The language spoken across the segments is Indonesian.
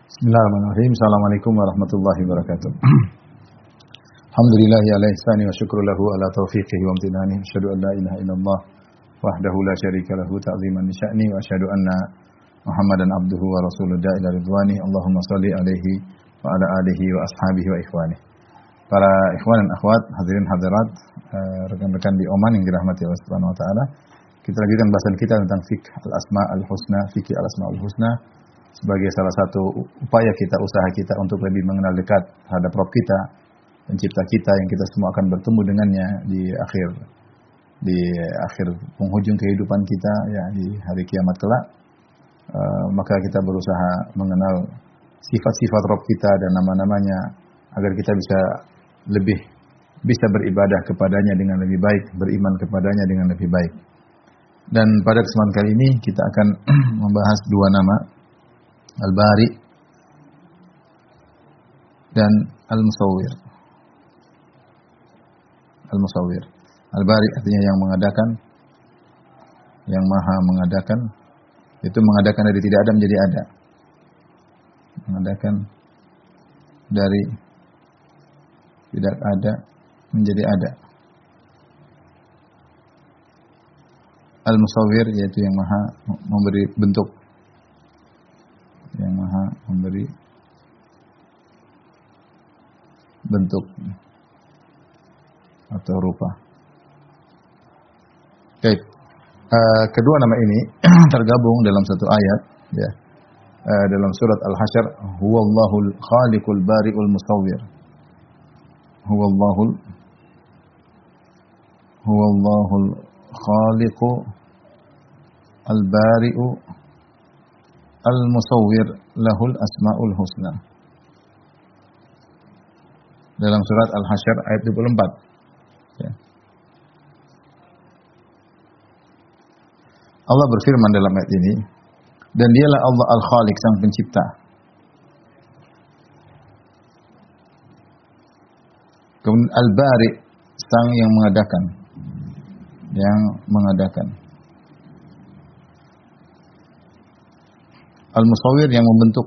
Bismillahirrahmanirrahim. Assalamualaikum warahmatullahi wabarakatuh. Alhamdulillahi ala ihsani wa syukru lahu ala taufiqihi wa amtinani. Asyhadu an la ilaha illallah wahdahu la syarika lahu ta'ziman li sya'ni wa asyhadu anna Muhammadan abduhu wa rasuluhu ila ridwani. Allahumma shalli alaihi wa ala alihi wa ashabihi wa ikhwani. Para ikhwan dan akhwat, hadirin hadirat, rekan-rekan di Oman yang dirahmati Allah Subhanahu wa taala. Kita lanjutkan bahasan kita tentang fiqh al-asma al-husna, fikih al-asma al-husna sebagai salah satu upaya kita, usaha kita untuk lebih mengenal dekat terhadap Rabb kita, pencipta kita yang kita semua akan bertemu dengannya di akhir penghujung kehidupan kita, ya, di hari kiamat kelak. Maka kita berusaha mengenal sifat-sifat Rabb kita dan nama-namanya agar kita bisa beribadah kepadanya dengan lebih baik, beriman kepadanya dengan lebih baik. Dan pada kesempatan kali ini kita akan membahas dua nama, Al-Bari dan Al-Musawwir. Al-Musawwir. Al-Bari artinya yang mengadakan, yang maha mengadakan. Itu mengadakan dari tidak ada menjadi ada. Mengadakan dari tidak ada menjadi ada. Al-Musawwir yaitu yang maha memberi bentuk, yang maha memberi bentuk atau rupa. Baik. Kedua nama ini tergabung dalam satu ayat, ya. Dalam surat Al-Hasyr, huwallahul khaliqul bari'ul musawwir. Huwallahul khaliqu al-bari'u al-musawwir lahul asmaul husna. Dalam surat Al-Hasyr ayat 24. Ya. Allah berfirman dalam ayat ini, dan dialah Allah Al-Khaliq, sang pencipta. Kemudian Al-Bari, sang yang mengadakan. Yang mengadakan. Al-Musawwir yang membentuk.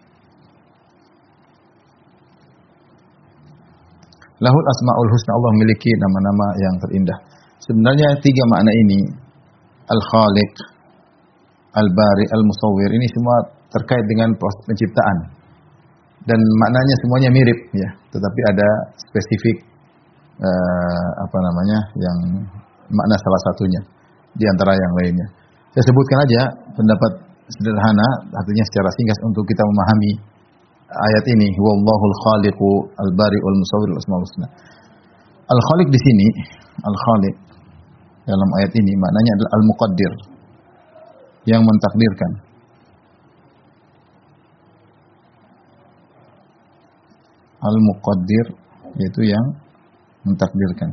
Lahul asmaul husna, Allah memiliki nama-nama yang terindah. Sebenarnya tiga makna ini, Al-Khaliq, Al-Bari, Al-Musawwir, ini semua terkait dengan proses penciptaan. Dan maknanya semuanya mirip, ya. Tetapi ada spesifik yang makna salah satunya di antara yang lainnya. Saya sebutkan aja pendapat sederhana, artinya secara singkat untuk kita memahami ayat ini. Wallahul khaliqu al-bari'ul musawwir al-asmaul husna. Al-Khaliq di sini, Al-Khaliq dalam ayat ini maknanya adalah al-muqaddir, yang mentakdirkan. Al-muqaddir yaitu yang mentakdirkan.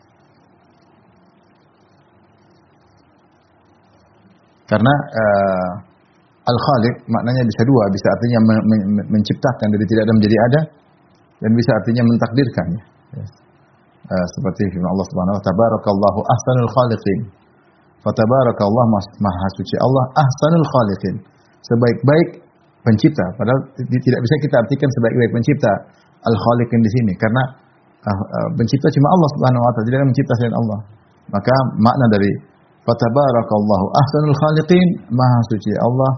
Karena Al-Khaliq maknanya bisa dua, bisa artinya menciptakan dari tidak ada menjadi ada, dan bisa artinya mentakdirkan, ya. Seperti firman Allah Subhanahu wa taala, tabarakallahu ahsanul khaliqin. Fatabarakallah, maha suci Allah, ahsanul khaliqin, sebaik-baik pencipta. Padahal tidak bisa kita artikan sebaik-baik pencipta Al-Khaliqin di sini, karena pencipta cuma Allah Subhanahu wa taala, tidak ada mencipta selain Allah. Maka makna dari fatabarakallahu ahsanul khaliqin, maha suci Allah,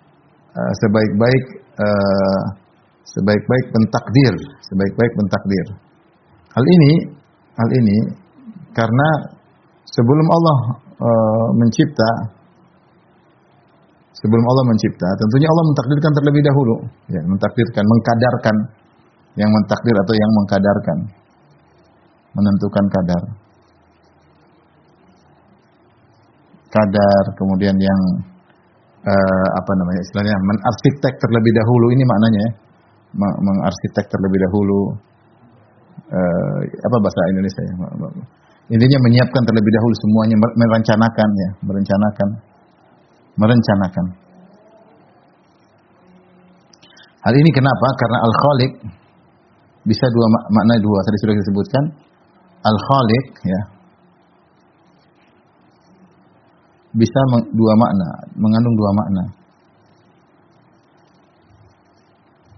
sebaik-baik pentakdir, sebaik-baik pentakdir. Hal ini karena sebelum Allah mencipta, tentunya Allah mentakdirkan terlebih dahulu, ya, mentakdirkan, mengkadarkan, yang mentakdir atau yang mengkadarkan, menentukan kadar, kemudian yang istilahnya mengarsitek terlebih dahulu, ini maknanya, ya. Mengarsitek terlebih dahulu, apa bahasa Indonesia, ya? Intinya menyiapkan terlebih dahulu semuanya, merencanakan, ya, merencanakan. Hal ini kenapa? Karena Al-Khaliq bisa makna dua, tadi sudah disebutkan. Al-Khaliq, ya, bisa dua makna, mengandung dua makna.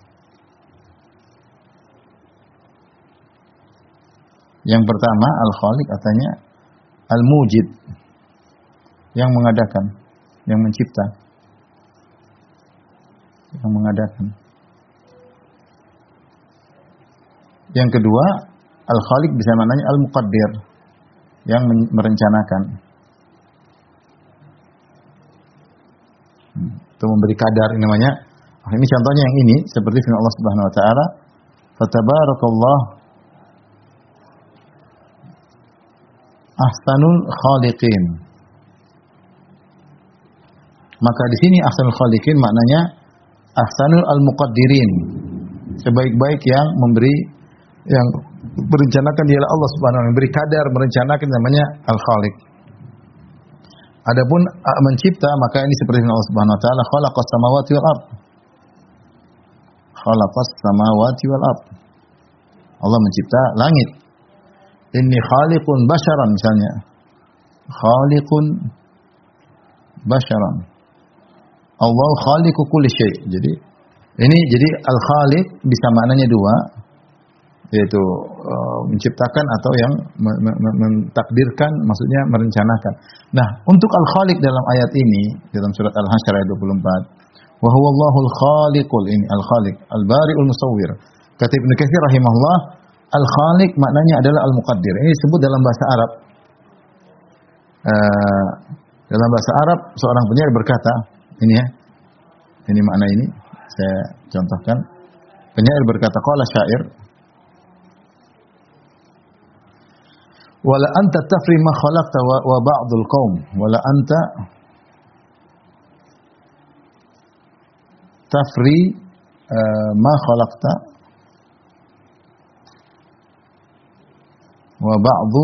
Yang pertama al-khaliq artinya al-mujid, yang mengadakan, yang mencipta, yang mengadakan. Yang kedua, al-khaliq bisa maknanya al-muqaddir, yang merencanakan. Itu memberi kadar, ini namanya. Ini contohnya yang ini seperti firman Allah Subhanahu wa taala, "Fatabarakallah ahsanul khaliqin." Maka di sini ahsanul khaliqin maknanya ahsanul al-muqaddirin. Sebaik-baik yang memberi, yang merencanakan dialah Allah Subhanahu wa taala, memberi kadar, merencanakan, namanya al-khaliq. Adapun mencipta, maka ini seperti Allah Subhanahu wa taala, khalaqas samawati wal ard. Khalaqas samawati wal ard. Allah mencipta langit. Inni khaliqun basyaran misalnya. Khaliqun basyaran. Allah khaliqu kulli syai'. Jadi ini jadi al-khaliq bisa maknanya dua, yaitu menciptakan atau yang mentakdirkan, maksudnya merencanakan. Nah, untuk al-khaliq dalam ayat ini, dalam surat Al-Hasyr ayat 24, wa huwa Allahul khaliqul, ini al-khaliq, al-bari'ul musawwir. Kata Ibnu Katsir rahimahullah, al-khaliq maknanya adalah al-muqaddir. Ini disebut dalam bahasa Arab. Dalam bahasa Arab seorang penyair berkata, ini ya, ini makna ini, saya contohkan. Penyair berkata, qala syair, wala anta tafri ma khalaqta wa ba'dul qaum, wala anta tafri ma khalaqta wa ba'du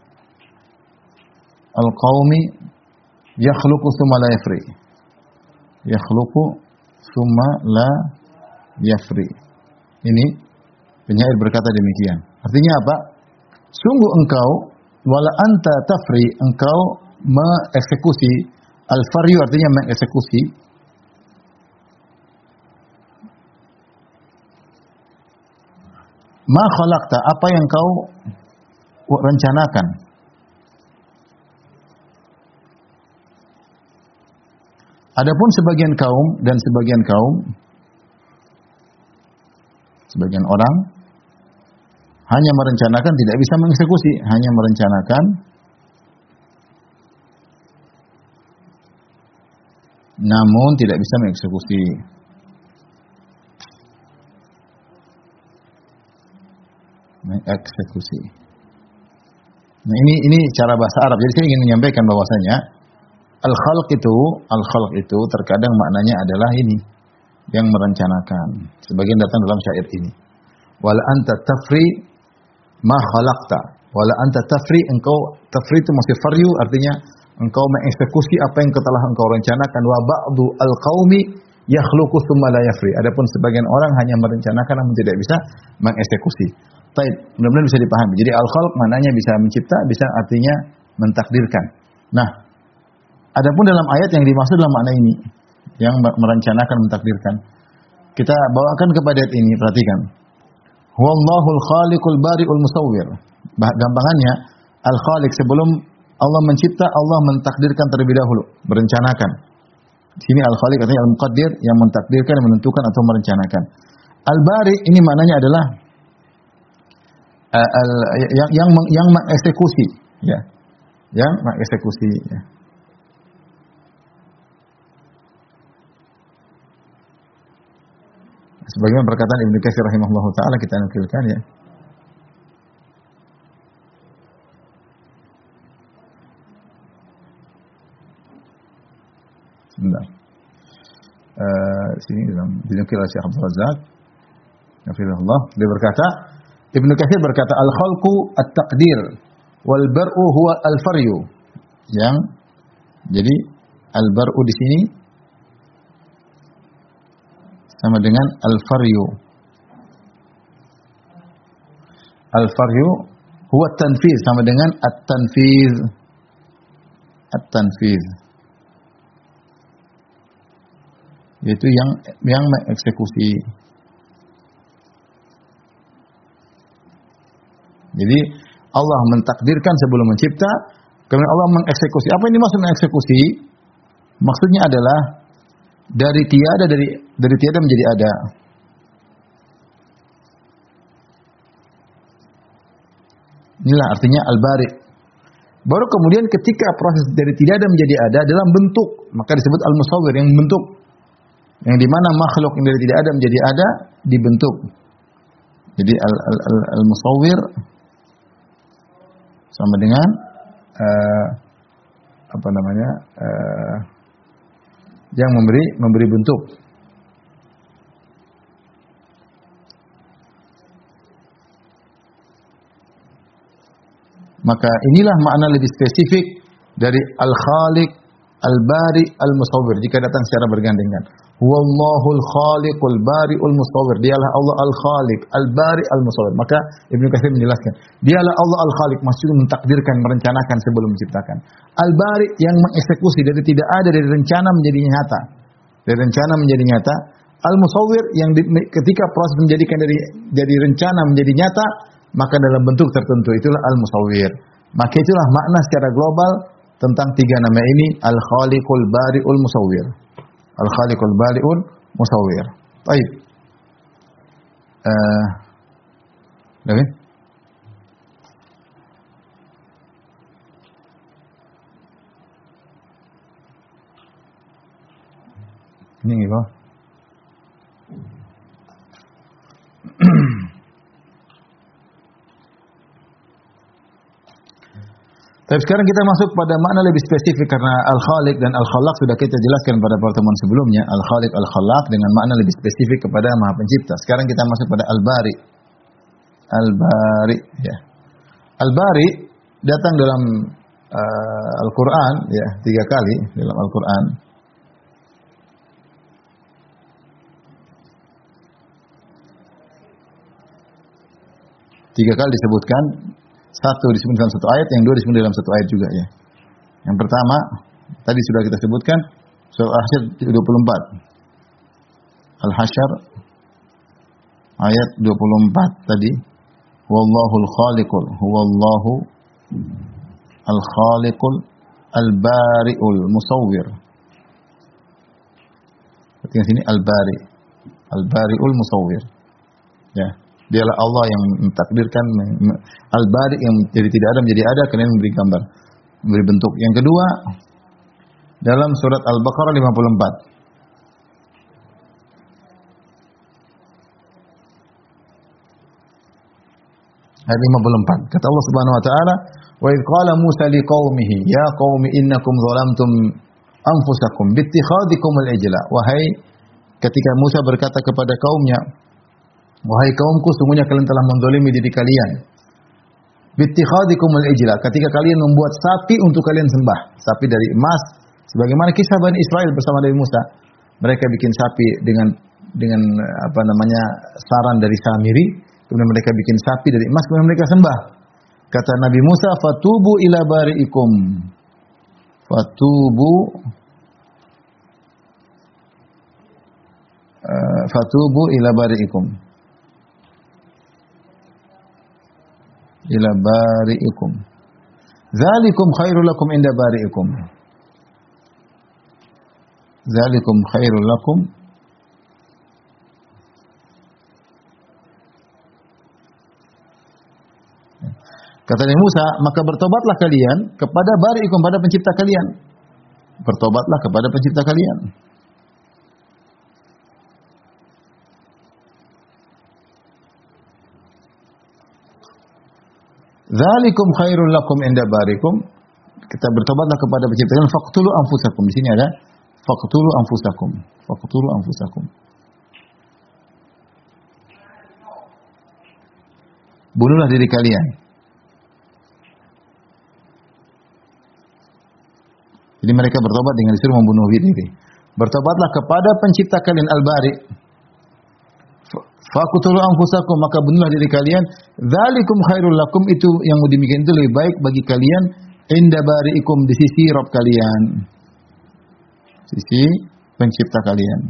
al-qaumi yakhluqu thumma la yafri. Yakhluqu thumma la yafri. Ini penyair berkata demikian. Artinya apa? Sungguh engkau, wala anta tafri, engkau mengeksekusi, al-faryu artinya mengeksekusi, ma khalaqta, apa yang kau rencanakan. Adapun sebagian kaum dan sebagian kaum, sebagian orang hanya merencanakan, tidak bisa mengeksekusi, hanya merencanakan, namun tidak bisa mengeksekusi. Mengeksekusi. Nah, ini cara bahasa Arab. Jadi saya ingin menyampaikan bahwasanya al-khalq itu terkadang maknanya adalah ini, yang merencanakan. Sebagian datang dalam syair ini. Wala anta tafri ma khalaqta. Wala anta tafri, engkau, tafri itu masih faryu, artinya engkau mengeksekusi apa yang telah engkau rencanakan. Wa ba'du al-qaumi yakhluqu tsumma la yafri. Adapun sebagian orang hanya merencanakan namun tidak bisa mengeksekusi. Baik, mudah-mudahan bisa dipahami. Jadi al-khalq maknanya bisa mencipta, bisa artinya mentakdirkan. Nah, adapun dalam ayat yang dimaksud dalam makna ini, yang merencanakan, mentakdirkan. Kita bawakan kepada ayat ini, perhatikan. Wallahul khaliqul bari'ul musawwir. Gampangannya, al-khaliq sebelum Allah mencipta, Allah mentakdirkan terlebih dahulu, merencanakan. Di sini al-khaliq artinya al-muqaddir, yang mentakdirkan, menentukan atau merencanakan. Al-bari ini maknanya adalah yang mengeksekusi, ya. Yang mengeksekusi, ya. Sebagaimana perkataan Ibnu Katsir rahimahullah taala, kita nukilkan, ya. Sebentar. Sini dalam dinukil oleh Syekh Abdul Razak, hafizahullah, dia berkata, Ibnu Katsir berkata, al-khalqu at-taqdir wal bar'u huwa al-faryu. Yang jadi al-bar'u di sini sama dengan al-faryu. Al-faryu huwa at-tanfiz, sama dengan at-tanfiz. At-tanfiz yaitu yang mengeksekusi. Jadi Allah mentakdirkan sebelum mencipta, kemudian Allah mengeksekusi. Apa ini maksud mengeksekusi? Maksudnya adalah dari tiada menjadi ada. Inilah artinya al-bari. Baru kemudian ketika proses dari tidak ada menjadi ada dalam bentuk, maka disebut al-musawwir, yang membentuk. Yang di mana makhluk yang dari tidak ada menjadi ada dibentuk. Jadi al-musawwir sama dengan yang memberi bentuk. Maka inilah makna lebih spesifik dari al-khaliq, al-bari, al-musawwir jika datang secara bergandengan. Huwallahul khaliqul bari'ul musawwir. Dialah Allah al-khaliq, al-bari, al-musawwir. Maka Ibnu Katsir menjelaskan, dialah Allah al-khaliq, maksudnya mentakdirkan, merencanakan sebelum menciptakan. Al-bari yang mengeksekusi dari tidak ada, dari rencana menjadi nyata. Dari rencana menjadi nyata. Al-musawwir yang ketika proses menjadikan dari rencana menjadi nyata, maka dalam bentuk tertentu, itulah al-musawwir. Maka itulah makna secara global tentang tiga nama ini, al-khaliqul bari'ul musawwir. Al-khaliqul bari'ul musawwir. Baik. Lagi? Ini apa? Tapi sekarang kita masuk pada makna lebih spesifik karena al-khaliq dan al-khalaq sudah kita jelaskan pada pertemuan sebelumnya. Al-khaliq, al-khalaq dengan makna lebih spesifik kepada Maha Pencipta. Sekarang kita masuk pada al-bari. Al-bari, ya. Al-bari datang dalam Al-Quran, ya, 3 kali dalam Al-Quran. Tiga kali disebutkan. Satu disebut dalam satu ayat, yang dua disebut dalam satu ayat juga, ya. Yang pertama tadi sudah kita sebutkan surah Al-Hasyr 24. Al-Hasyr ayat 24 tadi. Wallahul khaliqul, huwallahu al-khaliqul al-bari'ul musawwir. Perhatikan sini al-bari. Al-bari'ul musawwir. Ya. Dialah Allah yang mentakdirkan, al-bari yang dari tidak ada menjadi ada, kemudian memberi gambar, memberi bentuk. Yang kedua dalam surat Al-Baqarah 54. Ayat 54. Kata Allah Subhanahu wa taala, "Wa idz qala Musa liqaumihi, ya qaumi innakum zalamtum anfusakum bittikhadikum al-ijla." Wahai, ketika Musa berkata kepada kaumnya, wahai kaumku, sungguhnya kalian telah menzalimi diri kalian. Bittikhadikumul ijla, ketika kalian membuat sapi untuk kalian sembah, sapi dari emas, sebagaimana kisah Bani Israel bersama Nabi Musa. Mereka bikin sapi dengan saran dari Samiri, kemudian mereka bikin sapi dari emas, kemudian mereka sembah. Kata Nabi Musa, "Fatubu ila bari'ikum." Fatubu ila bari'ikum. Ila bari'ikum. Zalikum khairul lakum inda bari'ikum. Zalikum khairul lakum. Kata Nabi Musa, maka bertobatlah kalian kepada bari'ikum, pada pencipta kalian. Bertobatlah kepada pencipta kalian. Zalikum khairul lakum inda barikum. Kita bertobatlah kepada pencipta kalian. Faqtulu anfusakum. Di sini ada faqtulu anfusakum. Faqtulu anfusakum. Bunuhlah diri kalian. Jadi mereka bertobat dengan disuruh membunuh diri. Bertobatlah kepada pencipta kalian al-bari. Faqtulu anfusakum, maka bunuhlah diri kalian. Dzalikum khairul lakum, itu yang demikian itu lebih baik bagi kalian inda bari'ikum, di sisi Rabb kalian. Sisi pencipta kalian.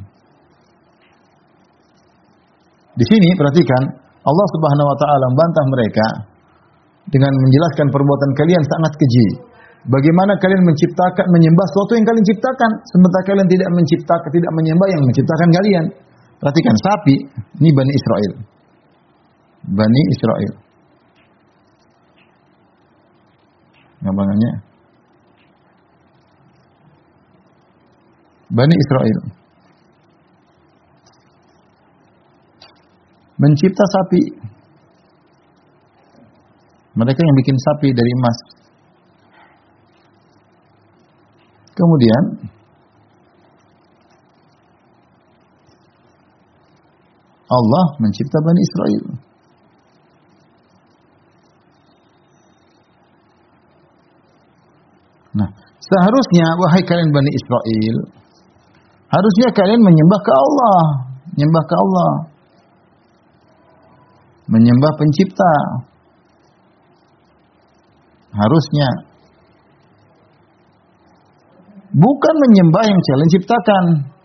Di sini perhatikan Allah Subhanahu wa taala membantah mereka dengan menjelaskan perbuatan kalian sangat keji. Bagaimana kalian menyembah sesuatu yang kalian ciptakan, sementara kalian tidak menyembah yang menciptakan kalian. Perhatikan sapi, ini Bani Israel. Bani Israel. Gampangannya Bani Israel mencipta sapi. Mereka yang bikin sapi dari emas. Kemudian Allah mencipta Bani Israel. Nah, seharusnya wahai kalian Bani Israel, harusnya kalian menyembah ke Allah, menyembah ke Allah, menyembah pencipta. Harusnya bukan menyembah yang kalian ciptakan.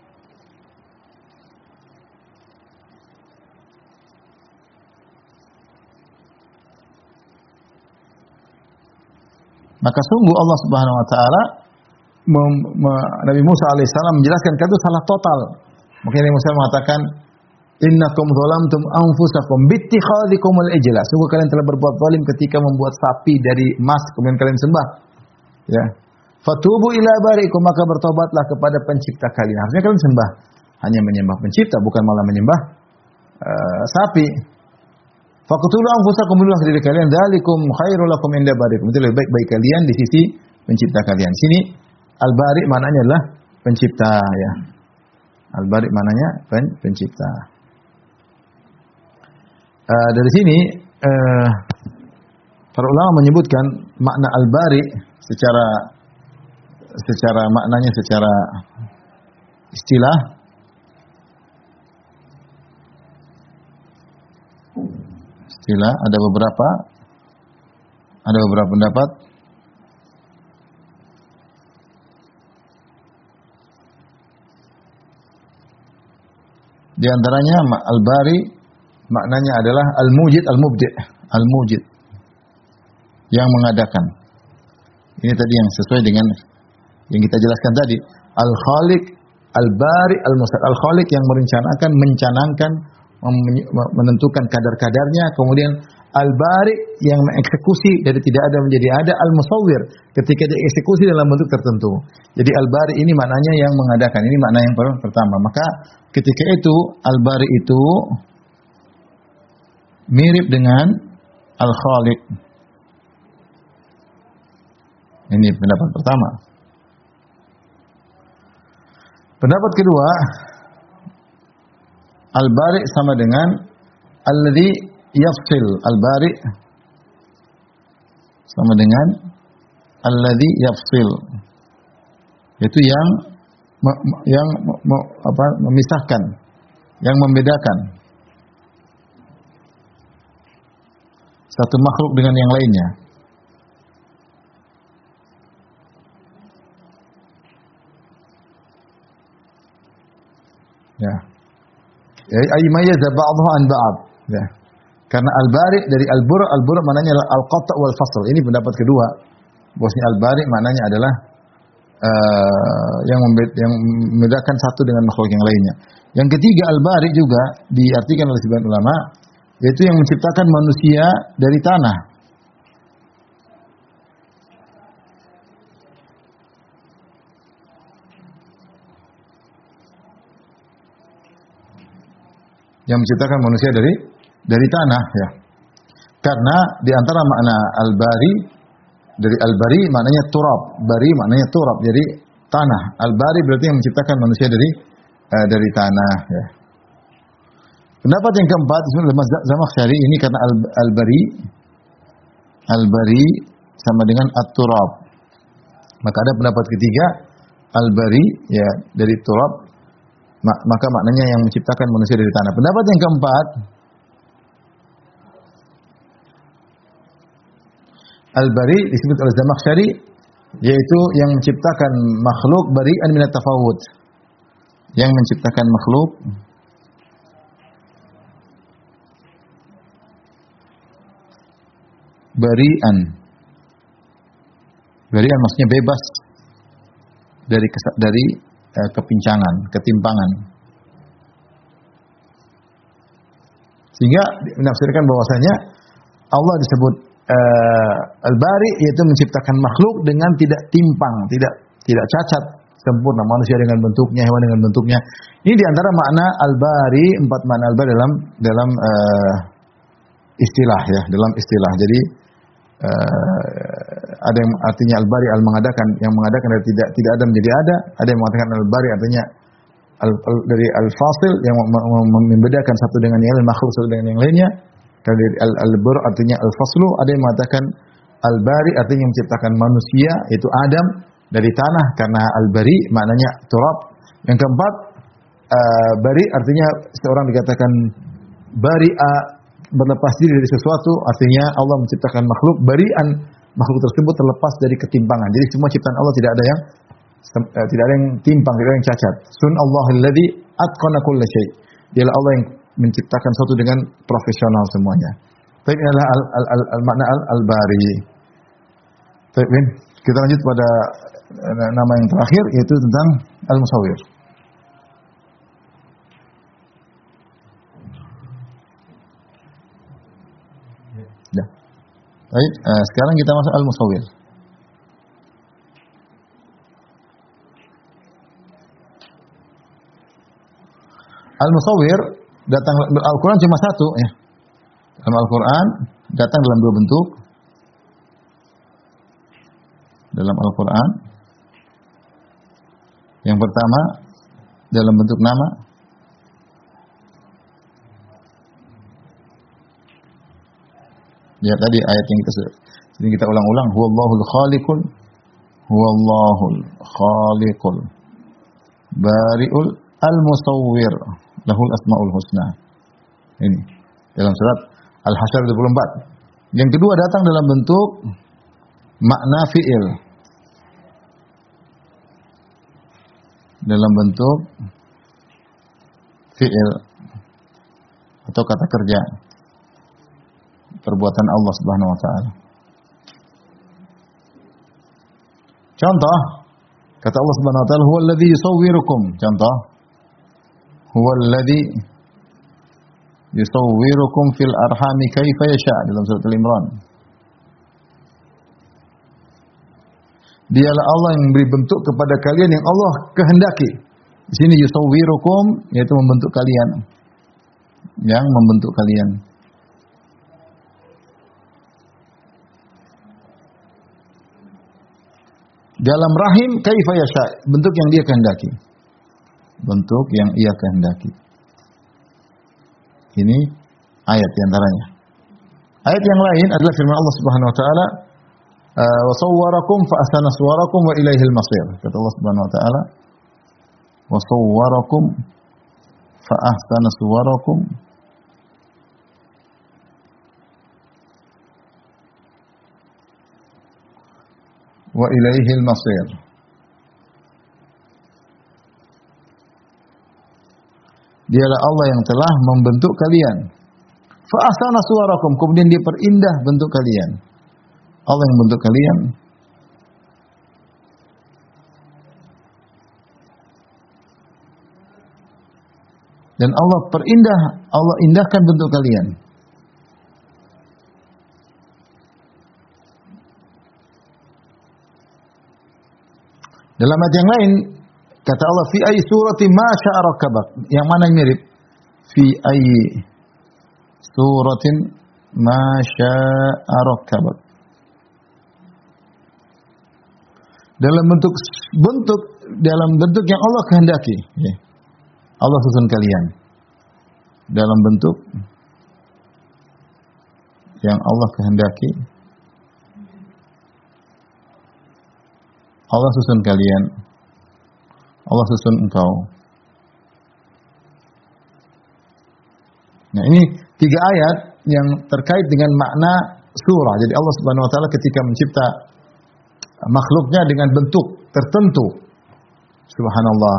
Maka sungguh Allah Subhanahu wa taala Nabi Musa alaihissalam menjelaskan itu salah total. Makanya Nabi Musa mengatakan, "Innakum zalamtum anfusakum bittikhadhikumul ijla." Sungguh kalian telah berbuat zalim ketika membuat sapi dari emas kemudian kalian sembah. Ya. Fatubu ila barikum, maka bertobatlah kepada pencipta kalian. Harusnya kalian sembah, hanya menyembah pencipta, bukan malah menyembah sapi. Faqtulu anfusakum, bunuhlah diri kalian, dzalikum khairul lakum inda barikum. Itu lebih baik bagi kalian di sisi pencipta kalian. Sini al-bari maknanya adalah pencipta, ya. Al-bari maknanya pencipta. Dari sini para ulama menyebutkan makna al-bari secara maknanya secara istilah ada beberapa pendapat. Di antaranya al-bari maknanya adalah al-mujid, al-mubdi', al-mujid, yang mengadakan. Ini tadi yang sesuai dengan yang kita jelaskan tadi. Al-Khaliq, Al-Bari, Al-Musad. Al-Khaliq yang mencanangkan, menentukan kadar-kadarnya. Kemudian Al-Bari yang mengeksekusi dari tidak ada menjadi ada. Al-Musawwir ketika dieksekusi dalam bentuk tertentu. Jadi Al-Bari ini maknanya yang mengadakan. Ini makna yang pertama. Maka ketika itu Al-Bari itu mirip dengan Al-Khaliq. Ini pendapat pertama. Pendapat kedua, Al-Bari sama dengan alladzi yafsil. Al-Bari sama dengan alladzi yafsil. Itu yang memisahkan, yang membedakan satu makhluk dengan yang lainnya. Ya. Ay mayyaza ba'dahu an ba'd. Ya. Karena al-bari dari al-bur' maknanya al-qata' wal fasl. Ini pendapat kedua. Bahwasanya al-bari maknanya adalah yang membedakan satu dengan makhluk yang lainnya. Yang ketiga, al-bari juga diartikan oleh sebagian ulama yaitu yang menciptakan manusia dari tanah. Yang menciptakan manusia dari tanah, ya. Karena di antara makna al-bari dari al-bari maknanya turab, bari maknanya turab, jadi tanah. Al-bari berarti yang menciptakan manusia dari tanah, ya. Pendapat yang keempat disebut Zamakhsyari ini karena al-bari sama dengan at-turab. Maka ada pendapat ketiga al-bari ya dari turab, maka maknanya yang menciptakan manusia dari tanah. Pendapat yang keempat, al-bari disebut oleh Zamakhsyari yaitu yang menciptakan makhluk bari'an minat tafawud. Yang menciptakan makhluk bari'an. Bari'an maksudnya bebas dari kepincangan, ketimpangan. Sehingga menafsirkan bahwasanya Allah disebut Al-Bari, yaitu menciptakan makhluk dengan tidak timpang, tidak cacat, sempurna, manusia dengan bentuknya, hewan dengan bentuknya. Ini diantara makna Al-Bari, 4 makna Al-Bari dalam istilah ya, dalam istilah. Jadi ada yang artinya Al-Bari al-mengadakan, yang mengadakan dari tidak ada menjadi ada yang mengatakan Al-Bari artinya dari al-fasil yang membedakan satu dengan yang lain, makhluk satu dengan yang lainnya. Dari al-bur artinya al-faslu, ada yang mengatakan Al-Bari artinya menciptakan manusia yaitu Adam dari tanah karena Al-Bari maknanya turab. Yang keempat, bari artinya seorang dikatakan bari'a, berlepas diri dari sesuatu, artinya Allah menciptakan makhluk bari'an, makhluk tersebut terlepas dari ketimpangan. Jadi semua ciptaan Allah tidak ada yang timpang, tidak ada yang cacat. Sunnallahil ladzi atqana kulla syai'. Dialah Allah yang menciptakan sesuatu dengan profesional semuanya. Tapi ini adalah makna al-bari. Baik, kita lanjut pada nama yang terakhir yaitu tentang al-musawwir. Ya. Baik, sekarang kita masuk al-musawwir. Al-musawwir datang Al-Quran cuma satu ya. Dalam Al-Quran datang dalam 2 bentuk. Dalam Al-Quran yang pertama dalam bentuk nama. Ya tadi ayat yang kita ulang-ulang, huwallahul khaliqul bari'ul al-musawwir lahul asmaul husna. Ini dalam surat Al-Hasyr 24. Yang kedua datang dalam bentuk makna fi'il. Dalam bentuk fi'il atau kata kerja. Perbuatan Allah Subhanahu wa taala. Contoh, kata Allah Subhanahu wa taala, "Huwallazi yusawwirukum." Contoh, "Huwallazi yusawwirukum fil arhami kaifa yasha" dalam surat Al-Imran. Dialah Allah yang memberi bentuk kepada kalian yang Allah kehendaki. Di sini yusawwirukum yaitu membentuk kalian. Yang membentuk kalian. Dalam rahim kaifa yasha, bentuk yang dia kehendaki. Bentuk yang ia kehendaki. Ini ayat di antaranya. Ayat yang lain adalah firman Allah Subhanahu wa taala, "Wa sawwarakum fa ahsana suwarakum wa ilaihil masir." Kata Allah Subhanahu wa taala, "Wa sawwarakum fa ahsana suwarakum wa ilaihil masir." Dialah Allah yang telah membentuk kalian. Fa ahsana suwarakum, kemudian dia perindah bentuk kalian. Allah yang membentuk kalian. Dan Allah perindah, Allah indahkan bentuk kalian. Dalam ayat yang lain kata Allah, fi ayyi surati ma syaa rakkabak. Yang mana yang mirip? Fi ayyi suratin ma syaa rakkabak. Dalam bentuk yang Allah kehendaki. Ya. Allah susun kalian. Dalam bentuk yang Allah kehendaki. Allah susun kalian. Allah susun engkau. Nah, ini 3 ayat yang terkait dengan makna surah. Jadi Allah Subhanahu wa taala ketika mencipta makhluknya dengan bentuk tertentu. Subhanallah.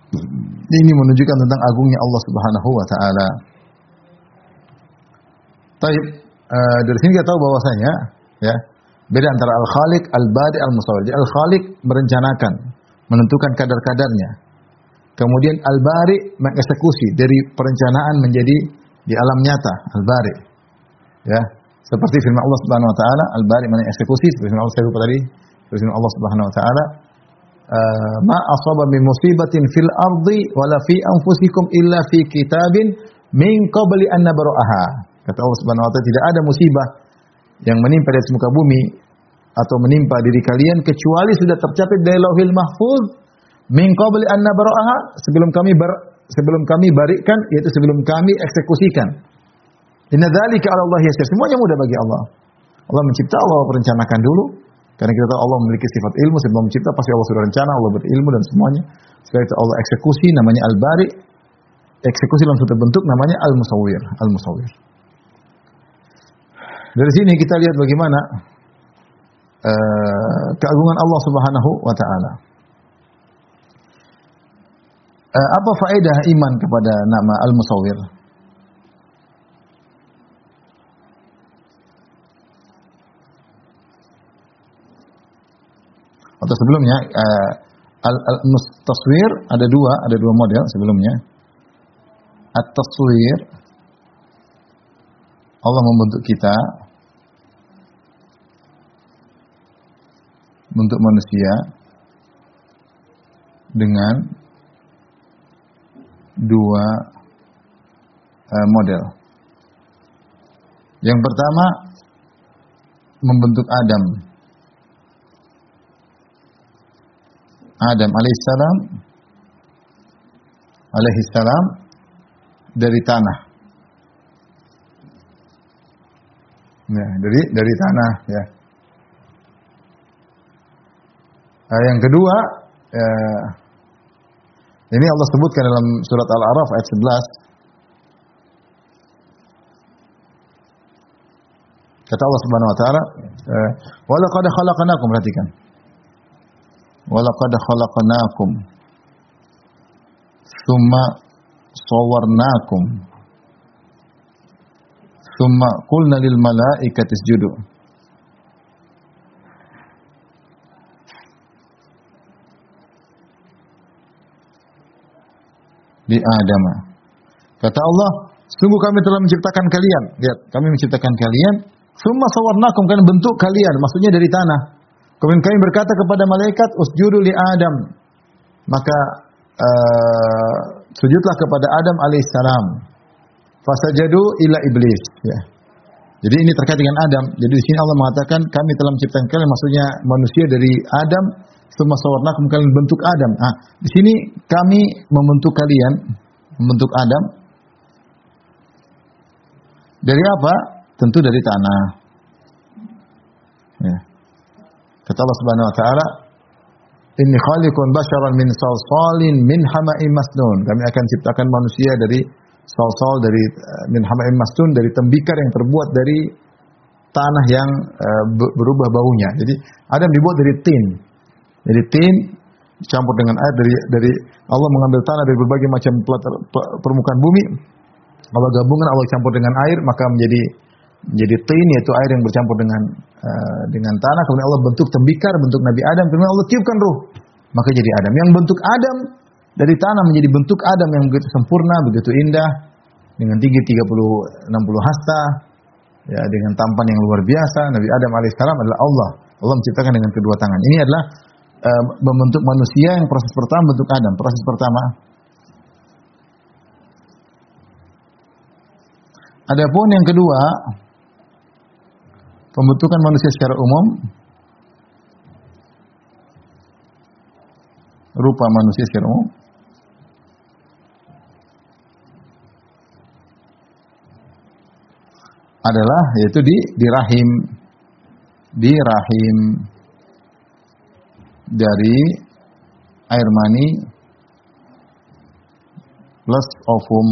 Ini menunjukkan tentang agungnya Allah Subhanahu wa taala. Taib, dari sini kita tahu bahwasanya ya, beda antara al-Khaliq, al-Bari', al-Musawwir. Jadi al-Khaliq merencanakan, menentukan kadar-kadarnya. Kemudian al-Bari' mengeksekusi dari perencanaan menjadi di alam nyata, al-Bari'. Ya, seperti firman Allah Subhanahu wa taala, al-Bari' mengeksekusi seperti firman Allah tadi, firman Allah Subhanahu wa taala, ma asaba min musibatin fil ardi wala fi anfusikum illa fi kitabin min qabli an nabra'aha. Kata Allah Subhanahu wa taala, tidak ada musibah yang menimpa di atas muka bumi atau menimpa diri kalian kecuali sudah tercatat dari Lauhil Mahfuz min qabli an nabra'aha, sebelum kami barikan, yaitu sebelum kami eksekusikan. Inna dzalika 'ala Allah yasir. Semuanya mudah bagi Allah. Allah mencipta, Allah merencanakan dulu. Karena kita tahu Allah memiliki sifat ilmu, sebelum mencipta pasti Allah sudah rencana, Allah berilmu dan semuanya. Setelah itu Allah eksekusi, namanya al-Bari'. Eksekusi dalam suatu bentuk namanya al-Musawwir. Al-Musawwir. Dari sini kita lihat bagaimana keagungan Allah Subhanahu wa taala. Apa faedah iman kepada nama Al-Musawwir? Atau sebelumnya Al-Taswir ada dua model sebelumnya. At-Taswir, Allah membentuk kita, bentuk manusia dengan dua model. Yang pertama membentuk Adam alaihissalam dari tanah. Ya, dari tanah ya. Yang kedua, ini Allah sebutkan dalam surat Al-A'raf ayat 11. Kata Allah Subhanahu wa taala, "Wa laqad khalaqnakum", perhatikan. "Wa laqad khalaqnakum tsumma sawwarnakum tsumma qulna lil malaikati isjudu." Di Adam. Kata Allah, sungguh kami telah menciptakan kalian. Lihat, kami menciptakan kalian. Summa sawarnakum, kan bentuk kalian, maksudnya dari tanah. Kemudian kami berkata kepada malaikat, usjudu li Adam. Maka sujudlah kepada Adam alaihissalam. Fasajadu ila iblis. Ya. Jadi ini terkait dengan Adam. Jadi di sini Allah mengatakan kami telah menciptakan kalian, maksudnya manusia dari Adam. Summa sawarnakum, kalian bentuk Adam. Di sini kami membentuk kalian, membentuk Adam. Dari apa? Tentu dari tanah. Ya. Kata Allah Subhanahu wa taala, "Inni khaliqun basyaran min salsalin min hama'in masnun." Kami akan ciptakan manusia dari salsal, dari min hama'in masnun, dari tembikar yang terbuat dari tanah yang berubah baunya. Jadi Adam dibuat dari tin. Jadi tin dicampur dengan air, dari Allah mengambil tanah dari berbagai macam permukaan bumi. Allah gabungkan, Allah campur dengan air, maka menjadi tin, yaitu air yang bercampur dengan tanah. Kemudian Allah bentuk tembikar, bentuk Nabi Adam. Kemudian Allah tiupkan ruh, maka jadi Adam. Yang bentuk Adam dari tanah menjadi bentuk Adam yang begitu sempurna, begitu indah, dengan tinggi 30-60 hasta, ya, dengan tampan yang luar biasa. Nabi Adam alaihissalam adalah Allah. Allah menciptakan dengan kedua tangan. Ini adalah membentuk manusia yang proses pertama, bentuk Adam. Proses pertama. Adapun yang kedua, pembentukan manusia secara umum, rupa manusia secara umum, adalah yaitu di rahim dari air mani plus ovum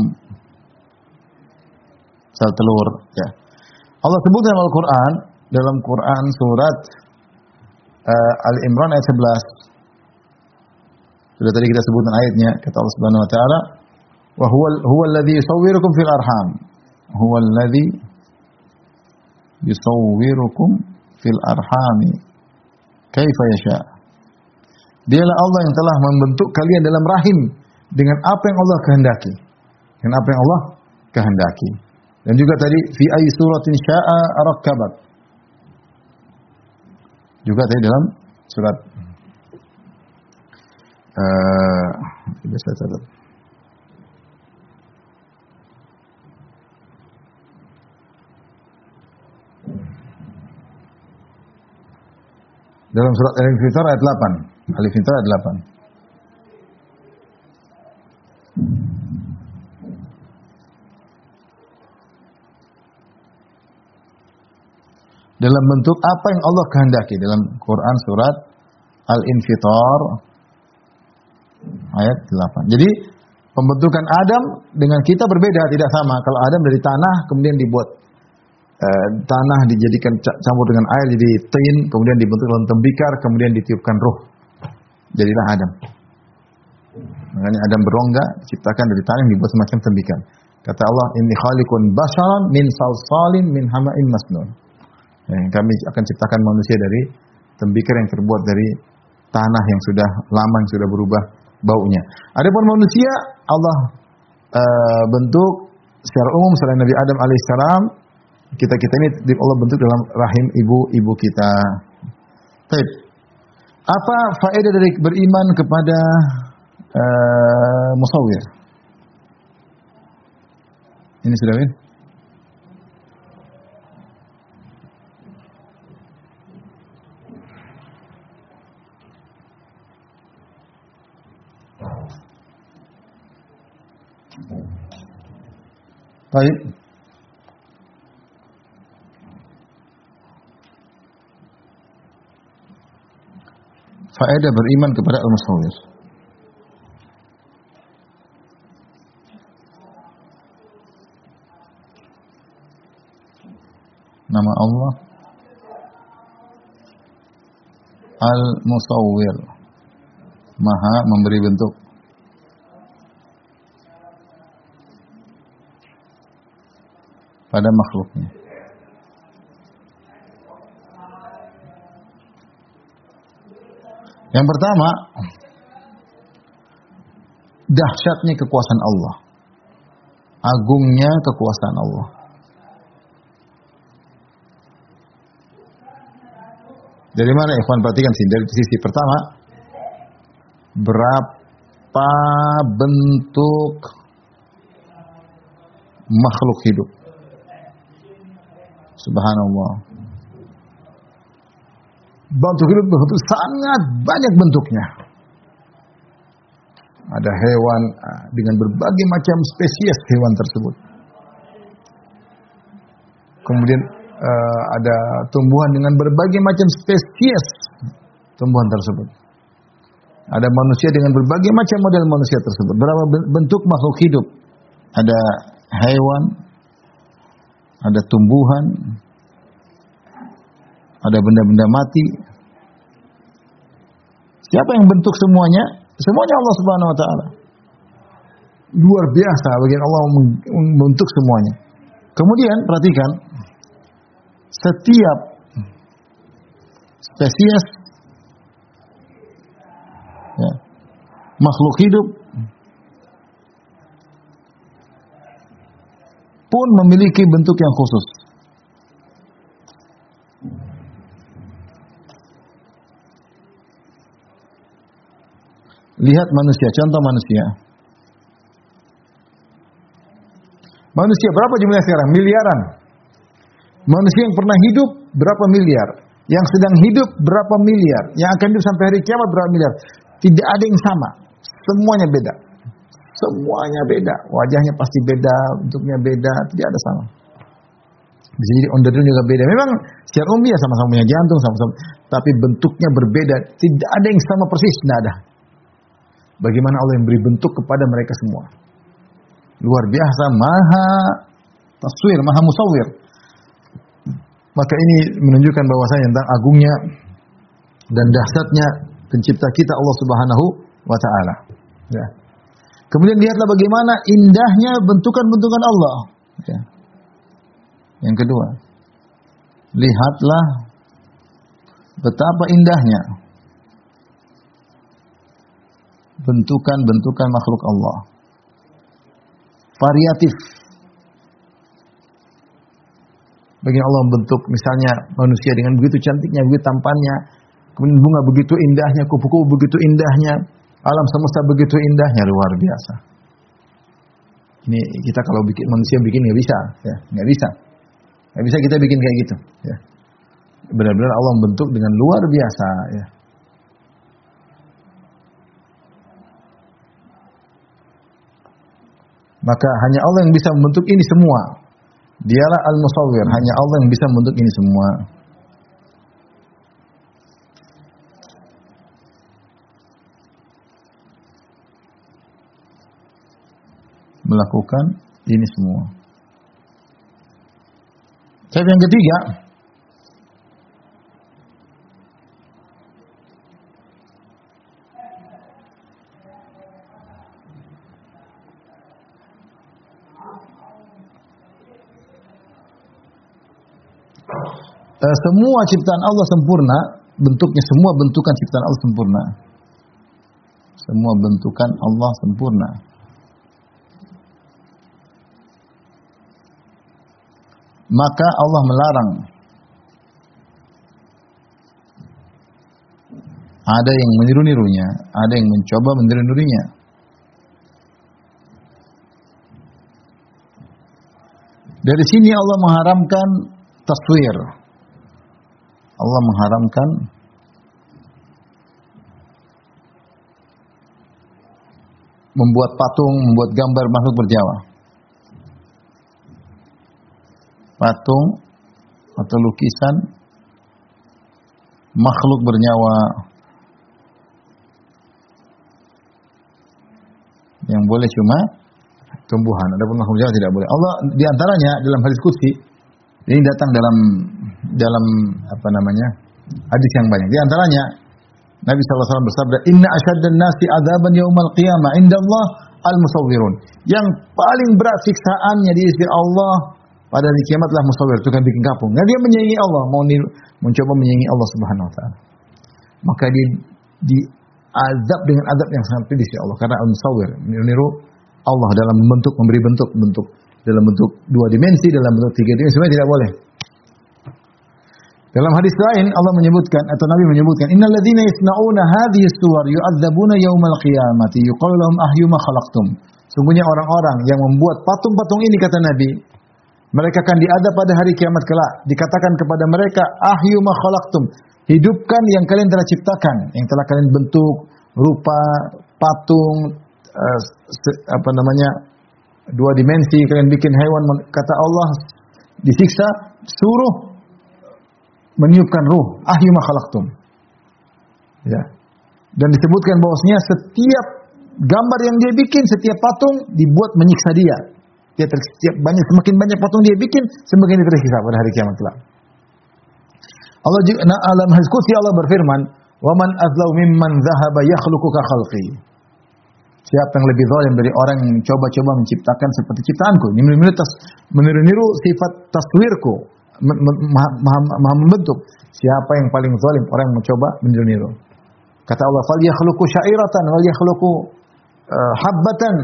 sel telur. Ya. Allah sebut dalam Al-Quran, dalam Quran surat Al-Imran ayat 11. Sudah tadi kita sebutkan ayatnya. Kata Allah Subhanahu Wa Taala, "Wa huwa alladhi yusawwirukum fil arham." Huwa alladhi yusawwirukum fil arhami kaifa yasha. Dialah Allah yang telah membentuk kalian dalam rahim dengan apa yang Allah kehendaki. Dengan apa yang Allah kehendaki. Dan juga tadi fi ayyi suratin syaa rakkabat. Juga tadi dalam surat bisa catat. Dalam surat Al-Infitar ayat 8. Al-Infitar ayat 8. Dalam bentuk apa yang Allah kehendaki dalam Quran surat Al-Infitar ayat 8. Jadi pembentukan Adam dengan kita berbeda, tidak sama. Kalau Adam dari tanah kemudian dibuat tanah dijadikan campur dengan air jadi tin, kemudian dibentuk dalam tembikar, kemudian ditiupkan ruh. Jadilah Adam. Makanya Adam berongga diciptakan dari tanah yang dibuat semacam tembikar. Kata Allah, "Inni khaliqun basharan min salsalin min hama'in masnun." Kami akan ciptakan manusia dari tembikar yang terbuat dari tanah yang sudah lama, yang sudah berubah baunya. Adapun manusia Allah bentuk secara umum selain Nabi Adam alaihissalam, kita ini Allah bentuk dalam rahim ibu kita. Baik. Apa faedah dari beriman kepada musawwir? Ini sudah Win? Baik. Faedah beriman kepada al-musawwir. Nama Allah Al-Musawwir, Maha memberi bentuk. Pada makhluknya. Yang pertama, dahsyatnya kekuasaan Allah. Agungnya kekuasaan Allah. Dari mana ikhwan perhatikan sih? Dari sisi pertama, berapa bentuk makhluk hidup. Subhanallah. Bentuk hidup sangat banyak bentuknya. Ada hewan dengan berbagai macam spesies hewan tersebut. Kemudian ada tumbuhan dengan berbagai macam spesies tumbuhan tersebut. Ada manusia dengan berbagai macam model manusia tersebut. Berapa bentuk makhluk hidup? Ada hewan, ada tumbuhan, ada benda-benda mati. Siapa yang bentuk semuanya? Semuanya Allah Subhanahu wa taala. Luar biasa bagian Allah membentuk semuanya. Kemudian perhatikan, setiap spesies ya, makhluk hidup pun memiliki bentuk yang khusus. Lihat manusia, contoh manusia. Manusia berapa jumlahnya sekarang? Miliaran. Manusia yang pernah hidup berapa miliar? Yang sedang hidup berapa miliar? Yang akan hidup sampai hari kiamat berapa miliar? Tidak ada yang sama. Semuanya beda. Semuanya beda. Wajahnya pasti beda, bentuknya beda, tidak ada sama. Bisa jadi onderdil juga beda. Memang secara umum ya sama-sama punya jantung, sama-sama, tapi bentuknya berbeda. Tidak ada yang sama persis, tidak ada. Bagaimana Allah yang beri bentuk kepada mereka semua. Luar biasa, maha taswir, maha musawwir. Maka ini menunjukkan bahwasanya tentang agungnya dan dahsyatnya pencipta kita Allah Subhanahu wa taala. Ya. Kemudian lihatlah bagaimana indahnya bentukan-bentukan Allah. Ya. Yang kedua, Lihatlah betapa indahnya bentukan-bentukan makhluk Allah. Variatif. Bagi Allah bentuk misalnya manusia dengan begitu cantiknya, begitu tampannya, kemudian bunga begitu indahnya, kupu-kupu begitu indahnya, alam semesta begitu indahnya, luar biasa. Ini kita kalau bikin manusia bikin nggak bisa, ya, nggak bisa. Nggak bisa kita bikin kayak gitu. Ya. Benar-benar Allah membentuk dengan luar biasa. Ya. Maka hanya Allah yang bisa membentuk ini semua. Dialah Al-Musawwir. Hanya Allah yang bisa membentuk ini semua. Melakukan ini semua. Yang ketiga, semua ciptaan Allah sempurna, bentuknya semua bentukan ciptaan Allah sempurna. Semua bentukan Allah sempurna. Maka Allah melarang. Ada yang meniru-nirunya, ada yang mencoba meniru-nirunya. Dari sini Allah mengharamkan taswir. Allah mengharamkan membuat patung, membuat gambar makhluk bernyawa. Patung atau lukisan makhluk bernyawa yang boleh cuma tumbuhan. Adapun makhluk bernyawa tidak boleh. Allah di antaranya dalam hadis qudsi, ini datang dalam apa namanya? Hadis yang banyak. Di antaranya Nabi SAW bersabda, "Inna asyaddan nasi adzaban yaumal qiyamah indallah al-musawwirun." Yang paling berat siksaannya di sisi Allah pada hari kiamatlah musawwir, tukang bikin kapung. Nah, dia menyaingi Allah, mau mencoba menyaingi Allah Subhanahu wa taala. Maka dia diazab dengan azab yang sangat pedih di sisi Allah karena al-musawwir, meniru Allah dalam bentuk, memberi bentuk dalam bentuk 2 dimensi, dalam bentuk 3 dimensi, sebenarnya tidak boleh. Dalam hadis lain Allah menyebutkan atau Nabi menyebutkan, "Innal ladzina yasna'una hadhihi as-suwar yu'adzabuna yaumal qiyamati yuqalu lahum ahyu ma khalaqtum." Sungguhnya orang-orang yang membuat patung-patung ini, kata Nabi, mereka akan diadab pada hari kiamat kelak. Dikatakan kepada mereka, ahyu ma khalaqtum, hidupkan yang kalian telah ciptakan, yang telah kalian bentuk, rupa, patung, apa namanya, 2 dimensi, kalian bikin hewan. Kata Allah, disiksa, suruh meniupkan ruh, ahyu ma khalaqtum. Ya. Dan disebutkan bahwasanya setiap gambar yang dia bikin, setiap patung dibuat menyiksa dia. Semakin banyak patung dia bikin, semakin dia tersiksa pada hari kiamat kelak. Allah juga dalam hadis qudsi Allah berfirman, "Wa man azlau mimman dhahaba yakhluqu ka khalqi." Siapa yang lebih zalim dari orang yang mencoba-coba menciptakan seperti ciptaanku, meniru sifat taswirku, maha membentuk. Siapa yang paling zalim? Orang yang mencoba meniru-niru. Kata Allah, "Fal yakhluqu sya'iratan wal yakhluqu habbatan."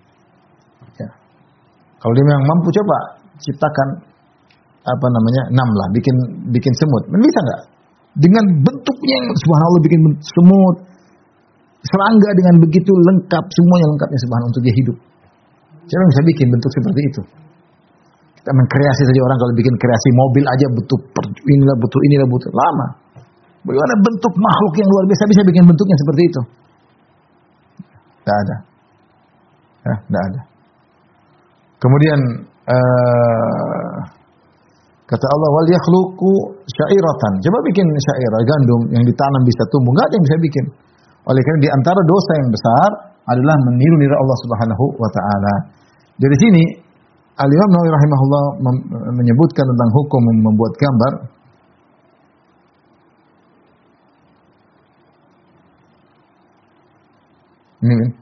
Kalau dia memang mampu, coba ciptakan apa namanya, namlah, bikin semut. Bisa nggak? Dengan bentuknya yang subhanallah, bikin semut, serangga dengan begitu lengkap, semuanya lengkapnya subhanallah untuk dia hidup. Siapa yang bisa bikin bentuk seperti itu? Kita mengkreasi saja, orang kalau bikin kreasi mobil aja butuh inilah butuh lama. Bagaimana bentuk makhluk yang luar biasa bisa bikin bentuknya seperti itu? Tidak ada. Ya, tidak ada. Kemudian kata Allah, wal yakhluqu sya'iratan. Coba bikin syairah, gandum yang ditanam bisa tumbuh. Enggak ada yang bisa bikin. Oleh karena di antara dosa yang besar adalah meniru-niru Allah Subhanahu wa taala. Dari sini Al-Imam Nawawi rahimahullah menyebutkan tentang hukum membuat gambar. Ini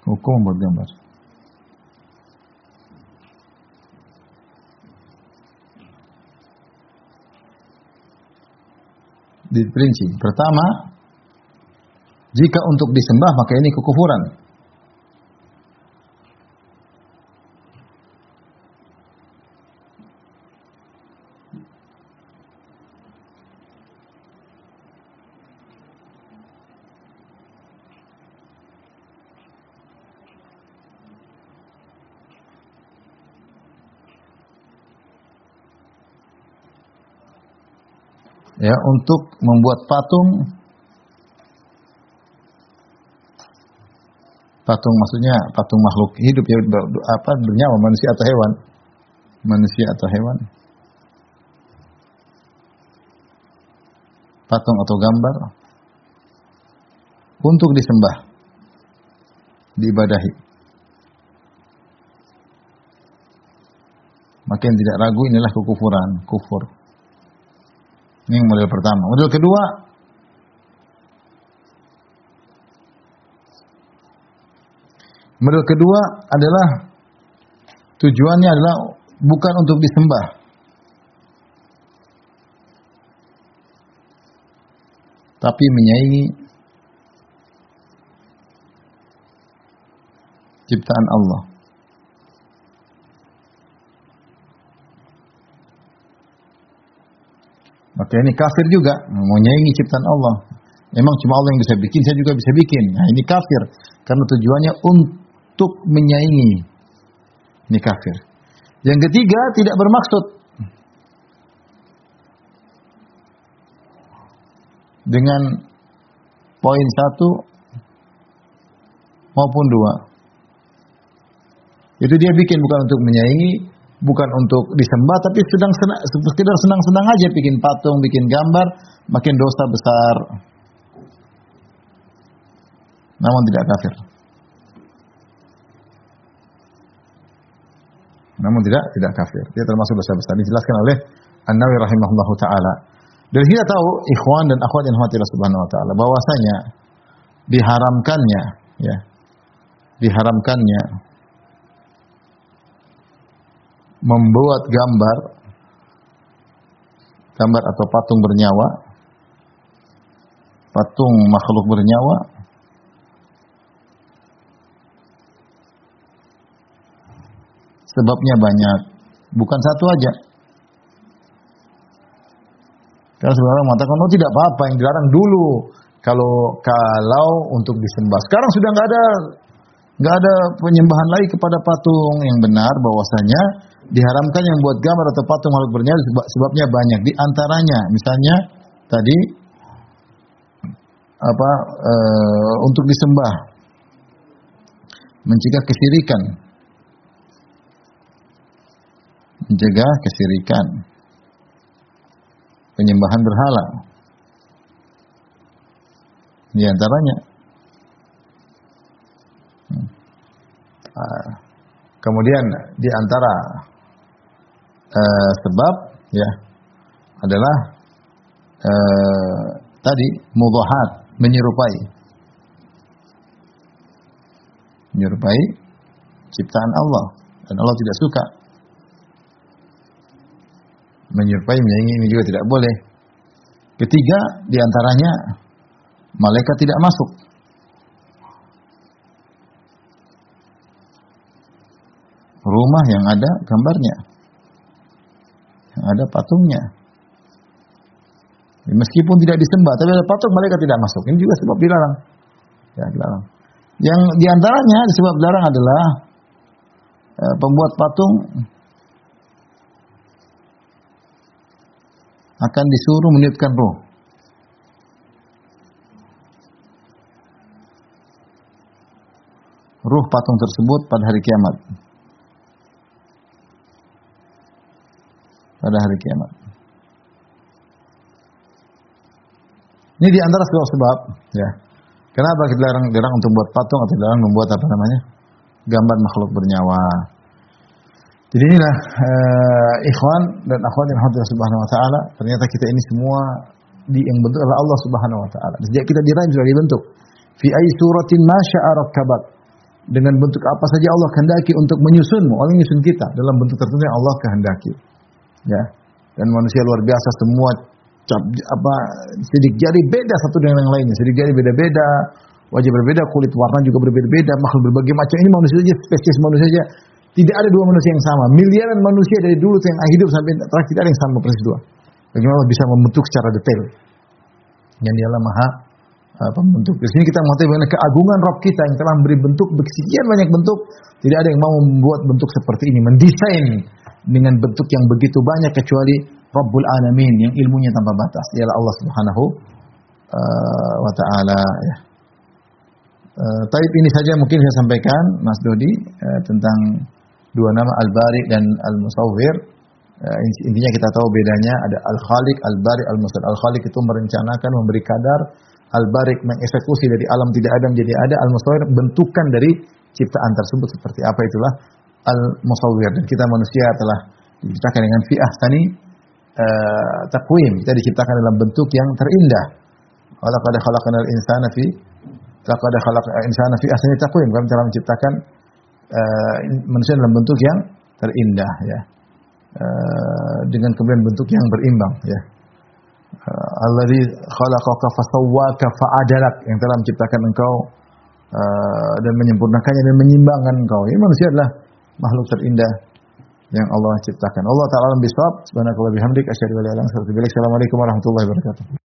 Hukum membuat gambar. Diperinci. Pertama, jika untuk disembah maka ini kekufuran. Ya, untuk membuat patung maksudnya patung makhluk hidup ya, bernyawa, manusia atau hewan. Manusia atau hewan. Patung atau gambar untuk disembah, diibadahi. Makin tidak ragu, inilah kekufuran, kufur. Ini yang model pertama. Model kedua, adalah tujuannya adalah bukan untuk disembah, tapi menyaingi ciptaan Allah. Maka ini kafir juga, menyaingi ciptaan Allah. Memang cuma Allah yang bisa bikin, saya juga bisa bikin. Nah, ini kafir karena tujuannya untuk menyaingi. Ini kafir. Yang ketiga, tidak bermaksud. Dengan poin 1 maupun 2. Itu dia bikin bukan untuk menyaingi, bukan untuk disembah, tapi sekedar senang-senang aja bikin patung, bikin gambar, makin dosa besar. Namun tidak kafir. Tidak kafir. Dia termasuk dosa besar. Dijelaskan oleh An-Nawawi rahimahullahu taala. Dan kita tahu ikhwan dan akhwat yang dirahmati Allah Subhanahu wa taala bahwasanya diharamkannya membuat gambar atau patung bernyawa, patung makhluk bernyawa, sebabnya banyak, bukan satu aja. Karena sebenarnya mengatakan, oh tidak apa-apa, yang dilarang dulu kalau untuk disembah. Sekarang sudah nggak ada penyembahan lagi kepada patung. Yang benar bahwasanya diharamkan yang buat gambar atau patung makhluk bernyawa sebabnya banyak. Di antaranya misalnya tadi untuk disembah, mencegah kesirikan, penyembahan berhala. Di antaranya. Kemudian di antara sebab ya adalah tadi mudhahat, menyerupai ciptaan Allah, dan Allah tidak suka. Menyerupai, menyaingi, ini juga tidak boleh. Ketiga, di antaranya malaikat tidak masuk. Rumah yang ada gambarnya, yang ada patungnya. Meskipun tidak disembah, tapi ada patung, malaikat tidak masuk. Ini juga sebab dilarang. Ya, dilarang. Yang di antaranya sebab dilarang adalah pembuat patung akan disuruh meniupkan roh. Ruh patung tersebut pada hari kiamat. Ini di antara sebab-sebab, ya. Kenapa kita dilarang untuk membuat patung atau dilarang membuat gambar makhluk bernyawa. Jadi inilah ikhwan dan akhwat yang dirahmati Allah Subhanahu wa taala, ternyata kita ini semua yang bentuk adalah Allah Subhanahu wa taala. Sejak kita diraih sudah dibentuk. Fi ayyi suratin ma syaa rakkabak. dengan bentuk apa saja Allah kehendaki untuk menyusunmu, Allah menyusun kita dalam bentuk tertentu yang Allah kehendaki. Ya. Dan manusia luar biasa, semua sidik jari beda satu dengan yang lainnya. Sidik jari beda-beda, wajah berbeda, kulit warna juga berbeda-beda, makhluk berbagai macam. Ini manusia saja, spesies manusia saja. Tidak ada dua manusia yang sama. Miliaran manusia dari dulu yang hidup sampai terakhir tidak ada yang sama persis dua. Bagaimana Allah bisa membentuk secara detail? Yang Dialah Maha pembentuk. Di sini kita mengetahui bagaimana keagungan Rabb kita yang telah memberi bentuk sekian banyak bentuk. Tidak ada yang mau membuat bentuk seperti ini, mendesain dengan bentuk yang begitu banyak kecuali Rabbul Alamin yang ilmunya tanpa batas. Dialah Allah Subhanahu wa taala ya. Taib ini saja mungkin saya sampaikan Mas Dodi tentang dua nama Al-Bari dan Al-Musawwir. Intinya kita tahu bedanya ada Al-Khaliq, Al-Bari, Al-Musawwir. Al-Khaliq itu merencanakan, memberi kadar, Al-Bari mengeksekusi dari alam tidak ada menjadi ada, Al-Musawwir bentukan dari ciptaan tersebut seperti apa, itulah Al-Musawwir. Dan kita manusia telah diciptakan dengan fi ahsani taqwim. Kita diciptakan dalam bentuk yang terindah. Walaqad khalaqnal insana fi ahsani taqwim. Kami telah menciptakan manusia dalam bentuk yang terindah ya. Dengan kemudian bentuk yang berimbang ya. Alladzi khalaqaka fasawwaka fa'adalak, yang telah menciptakan engkau dan menyempurnakannya dan menyimbangkan engkau. Ini manusia adalah makhluk terindah yang Allah ciptakan. Allah Ta'ala alam bisawab. Subhanakallahumma bihamdik asyhadu an la ilaha illa anta astaghfiruka wa atubu ilaik. Assalamualaikum warahmatullahi wabarakatuh.